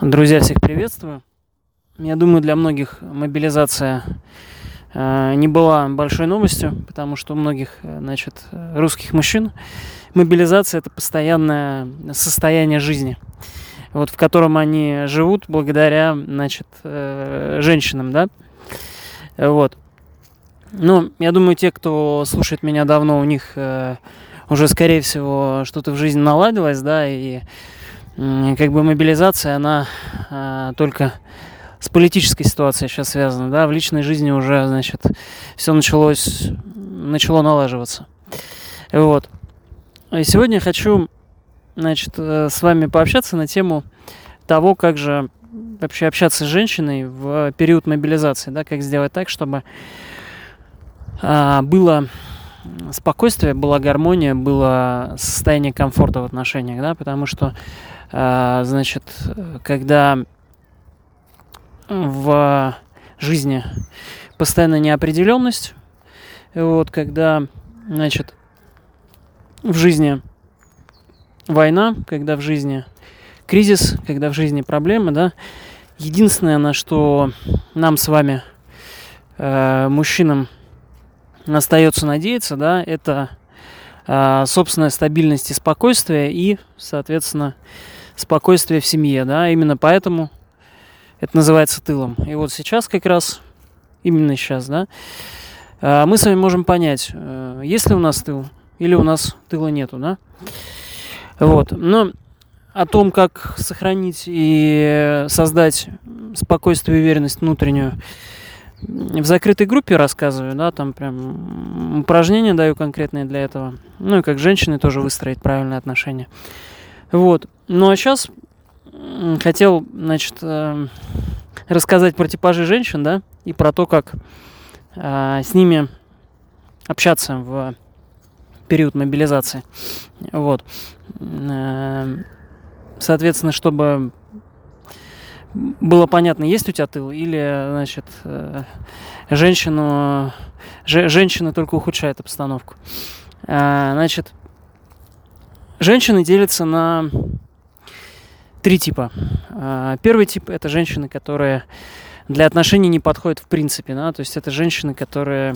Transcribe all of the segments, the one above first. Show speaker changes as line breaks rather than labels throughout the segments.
Друзья, всех приветствую. Я думаю, для многих мобилизация не была большой новостью, потому что у многих, русских мужчин мобилизация – это постоянное состояние жизни, в котором они живут благодаря, женщинам, да. Но я думаю, те, кто слушает меня давно, у них уже, скорее всего, что-то в жизни наладилось, да, и мобилизация, она только с политической ситуацией сейчас связана, да, в личной жизни уже, все начало налаживаться. И сегодня я хочу, с вами пообщаться на тему того, как же вообще общаться с женщиной в период мобилизации, да, как сделать так, чтобы было спокойствие, была гармония, было состояние комфорта в отношениях, да, потому что, когда в жизни постоянно неопределенность, когда, в жизни война, когда в жизни кризис, когда в жизни проблемы, да, единственное, на что нам с вами, мужчинам, остается надеяться, да, это собственная стабильность и спокойствие, и, соответственно, спокойствие в семье, да, именно поэтому это называется тылом. И вот сейчас как раз, именно сейчас, да, мы с вами можем понять, есть ли у нас тыл, или у нас тыла нету, да. Но о том, как сохранить и создать спокойствие и уверенность внутреннюю, в закрытой группе рассказываю, да, там прям упражнения даю конкретные для этого. Ну и как женщины тоже выстроить правильные отношения. Ну а сейчас хотел, рассказать про типажи женщин, да, и про то, как с ними общаться в период мобилизации. Соответственно, чтобы было понятно, есть у тебя тыл, или, женщина только ухудшает обстановку. Женщины делятся на 3 типа. Первый тип – это женщины, которые для отношений не подходят в принципе, да, то есть это женщины, которые,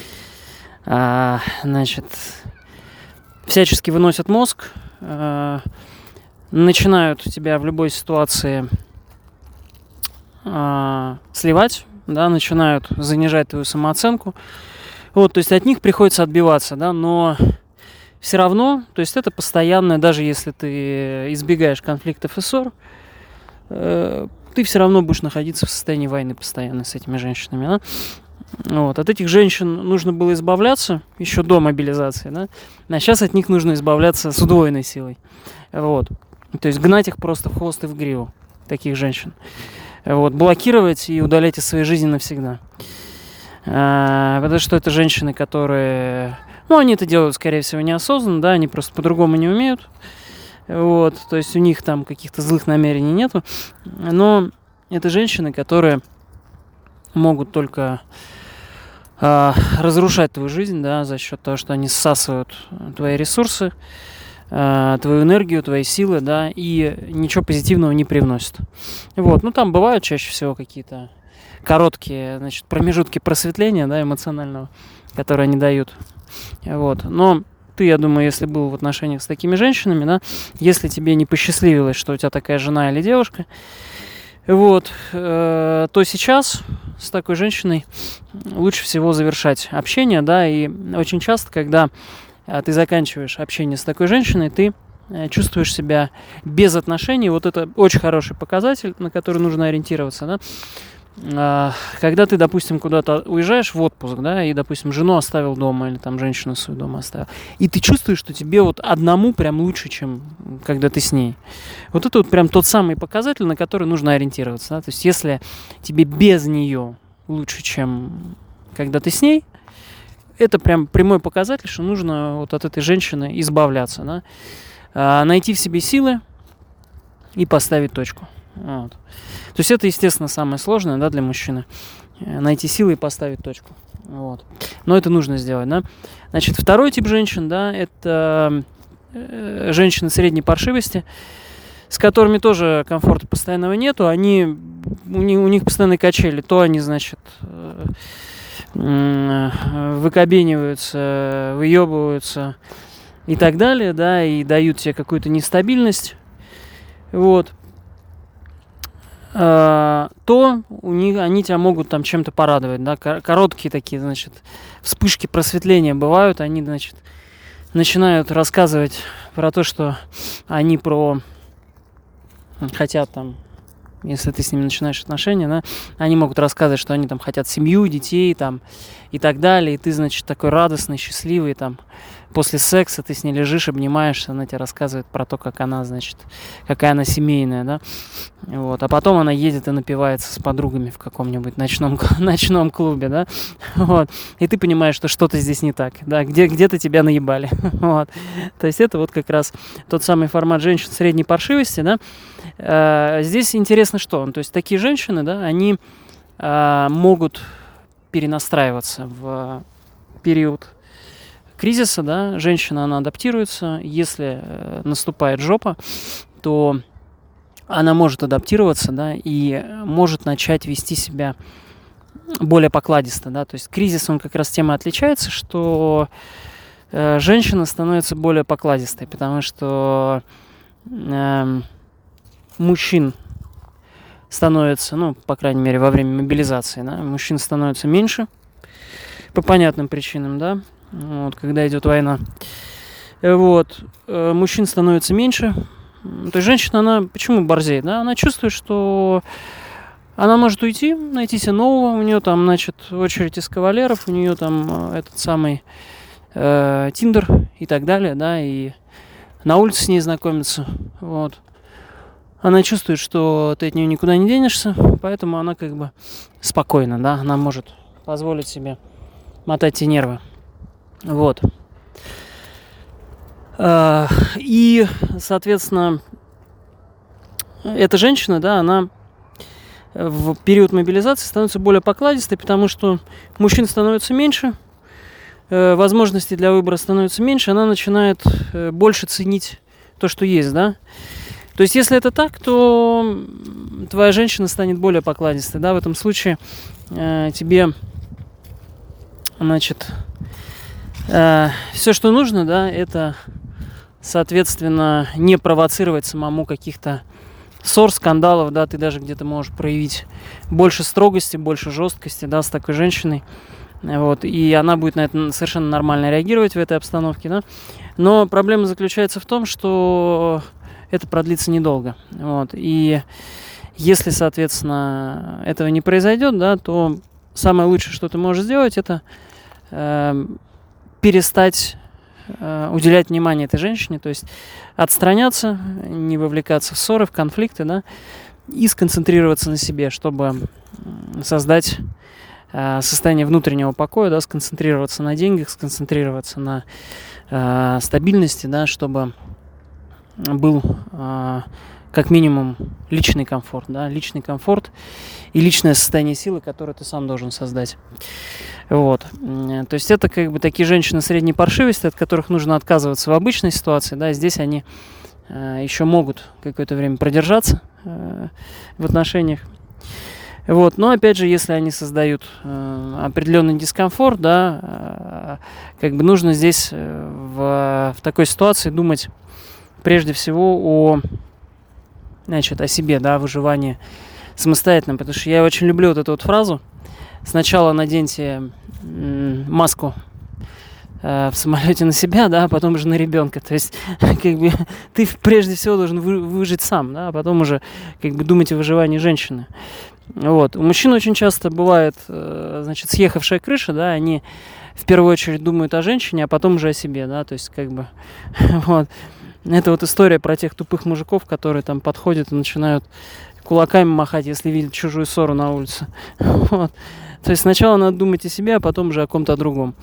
всячески выносят мозг, начинают тебя в любой ситуации сливать, да, начинают занижать твою самооценку. То есть от них приходится отбиваться, да, но все равно, то есть это постоянное, даже если ты избегаешь конфликтов и ссор, ты все равно будешь находиться в состоянии войны постоянно с этими женщинами, да. От этих женщин нужно было избавляться еще до мобилизации, да, а сейчас от них нужно избавляться с удвоенной силой. То есть гнать их просто в хвост и в гриву, таких женщин. Блокировать и удалять из своей жизни навсегда. Потому что это женщины, которые... они это делают, скорее всего, неосознанно, да, они просто по-другому не умеют. То есть у них там каких-то злых намерений нету. Но это женщины, которые могут только разрушать твою жизнь, да, за счет того, что они всасывают твои ресурсы, твою энергию, твои силы, да, и ничего позитивного не привносят. Там бывают чаще всего какие-то короткие, промежутки просветления, да, эмоционального, которые они дают. Но ты, я думаю, если был в отношениях с такими женщинами, да, если тебе не посчастливилось, что у тебя такая жена или девушка, то сейчас с такой женщиной лучше всего завершать общение, да, и очень часто, когда ты заканчиваешь общение с такой женщиной, ты чувствуешь себя без отношений. Это очень хороший показатель, на который нужно ориентироваться, да. Когда ты, допустим, куда-то уезжаешь в отпуск, да, и, допустим, жену оставил дома или там женщину свою дома оставил, и ты чувствуешь, что тебе одному прям лучше, чем когда ты с ней. Это прям тот самый показатель, на который нужно ориентироваться, да. То есть если тебе без нее лучше, чем когда ты с ней, это прям прямой показатель, что нужно от этой женщины избавляться, да? Найти в себе силы и поставить точку. То есть это, естественно, самое сложное, да, для мужчины. Найти силы и поставить точку. Но это нужно сделать, да? Второй тип женщин, да, это женщины средней паршивости. с которыми тоже комфорта постоянного нету, у них постоянные качели. То они, значит, выкобениваются, выебываются и так далее, да, и дают тебе какую-то нестабильность, вот, то они тебя могут там чем-то порадовать, да, короткие такие, значит, вспышки просветления бывают, они, значит, начинают рассказывать про то, что они хотят там, если ты с ними начинаешь отношения, да, они могут рассказывать, что они там хотят семью, детей там и так далее, и ты, значит, такой радостный, счастливый там. После секса ты с ней лежишь, обнимаешься, она тебе рассказывает про то, как она, значит, какая она семейная, да, вот, а потом она едет и напивается с подругами в каком-нибудь ночном клубе, да, вот, и ты понимаешь, что что-то здесь не так, да, где-то тебя наебали, вот, то есть это вот как раз тот самый формат женщин средней паршивости, да. Здесь интересно что, то есть такие женщины, да, они могут перенастраиваться в период кризиса, да, женщина, она адаптируется, если наступает жопа, то она может адаптироваться, да, и может начать вести себя более покладисто, да, то есть кризис, он как раз тем и отличается, что женщина становится более покладистой, потому что мужчин становится, ну, по крайней мере, во время мобилизации, да, мужчин становится меньше по понятным причинам, да, вот, когда идет война. Вот, мужчин становится меньше. То есть женщина, она почему борзеет, да? Она чувствует, что она может уйти, найти себе нового, у нее там, значит, очередь из кавалеров, у нее там этот самый Тиндер и так далее, да, и на улице с ней знакомиться, вот. Она чувствует, что ты от нее никуда не денешься, поэтому она как бы спокойна, да, она может позволить себе мотать те нервы. Вот. И, соответственно, эта женщина, да, она в период мобилизации становится более покладистой, потому что мужчин становится меньше, возможностей для выбора становится меньше, она начинает больше ценить то, что есть, да. То есть, если это так, то твоя женщина станет более покладистой, да, в этом случае тебе, значит, все, что нужно, да, это, соответственно, не провоцировать самому каких-то ссор, скандалов, да, ты даже где-то можешь проявить больше строгости, больше жесткости, да, с такой женщиной, вот, и она будет на это совершенно нормально реагировать в этой обстановке, да, но проблема заключается в том, что это продлится недолго, вот, и если, соответственно, этого не произойдет, да, то самое лучшее, что ты можешь сделать, это перестать уделять внимание этой женщине, то есть отстраняться, не вовлекаться в ссоры, в конфликты, да, и сконцентрироваться на себе, чтобы создать состояние внутреннего покоя, да, сконцентрироваться на деньгах, сконцентрироваться на стабильности, да, чтобы был как минимум личный комфорт, да, личный комфорт и личное состояние силы, которое ты сам должен создать. Вот. То есть это как бы такие женщины средней паршивости, от которых нужно отказываться в обычной ситуации, да, здесь они еще могут какое-то время продержаться в отношениях. Вот. Но опять же, если они создают определенный дискомфорт, да, как бы нужно здесь в такой ситуации думать прежде всего о себе, да, выживании самостоятельно, потому что я очень люблю вот эту вот фразу: сначала наденьте маску в самолете на себя, да, а потом уже на ребенка. То есть, как бы, ты прежде всего должен выжить сам, да, а потом уже, как бы, думать о выживании женщины. Вот. У мужчин очень часто бывает, значит, съехавшая крыша, да, они в первую очередь думают о женщине, а потом уже о себе, да, то есть, как бы, вот. Это вот история про тех тупых мужиков, которые там подходят и начинают кулаками махать, если видят чужую ссору на улице. Вот. То есть сначала надо думать о себе, а потом уже о ком-то другом.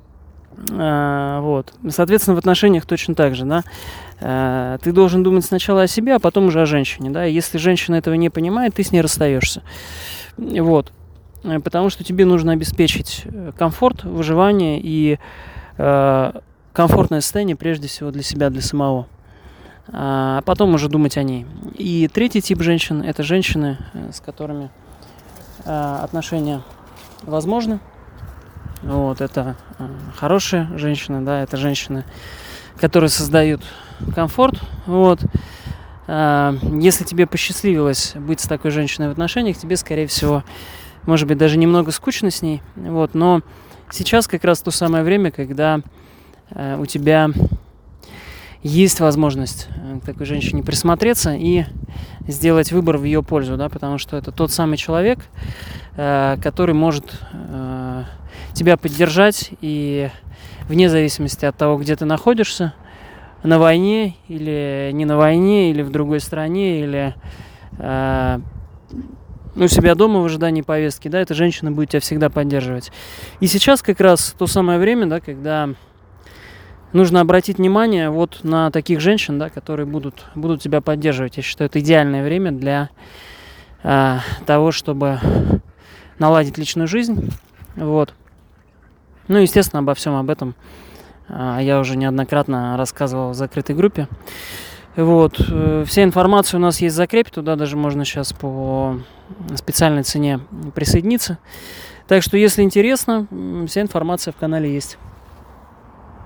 Вот. Соответственно, в отношениях точно так же, да. Ты должен думать сначала о себе, а потом уже о женщине, да. И если женщина этого не понимает, ты с ней расстаешься. Вот. Потому что тебе нужно обеспечить комфорт, выживание и комфортное состояние прежде всего для себя, для самого. а потом уже думать о ней. И третий тип женщин – это женщины, с которыми отношения возможны. Вот, это хорошие женщины, да, это женщины, которые создают комфорт. Вот. Если тебе посчастливилось быть с такой женщиной в отношениях, тебе, скорее всего, может быть, даже немного скучно с ней. Вот, но сейчас как раз то самое время, когда у тебя есть возможность к такой женщине присмотреться и сделать выбор в ее пользу, да, потому что это тот самый человек, который может тебя поддержать, и вне зависимости от того, где ты находишься, на войне или не на войне, или в другой стране, или у себя дома в ожидании повестки, да, эта женщина будет тебя всегда поддерживать. И сейчас как раз то самое время, да, когда нужно обратить внимание вот на таких женщин, да, которые будут тебя поддерживать. Я считаю, это идеальное время для того, чтобы наладить личную жизнь. Вот. Ну, естественно, обо всем об этом я уже неоднократно рассказывал в закрытой группе. Вот. Вся информация у нас есть в закрепе, туда даже можно сейчас по специальной цене присоединиться. Так что, если интересно, вся информация в канале есть.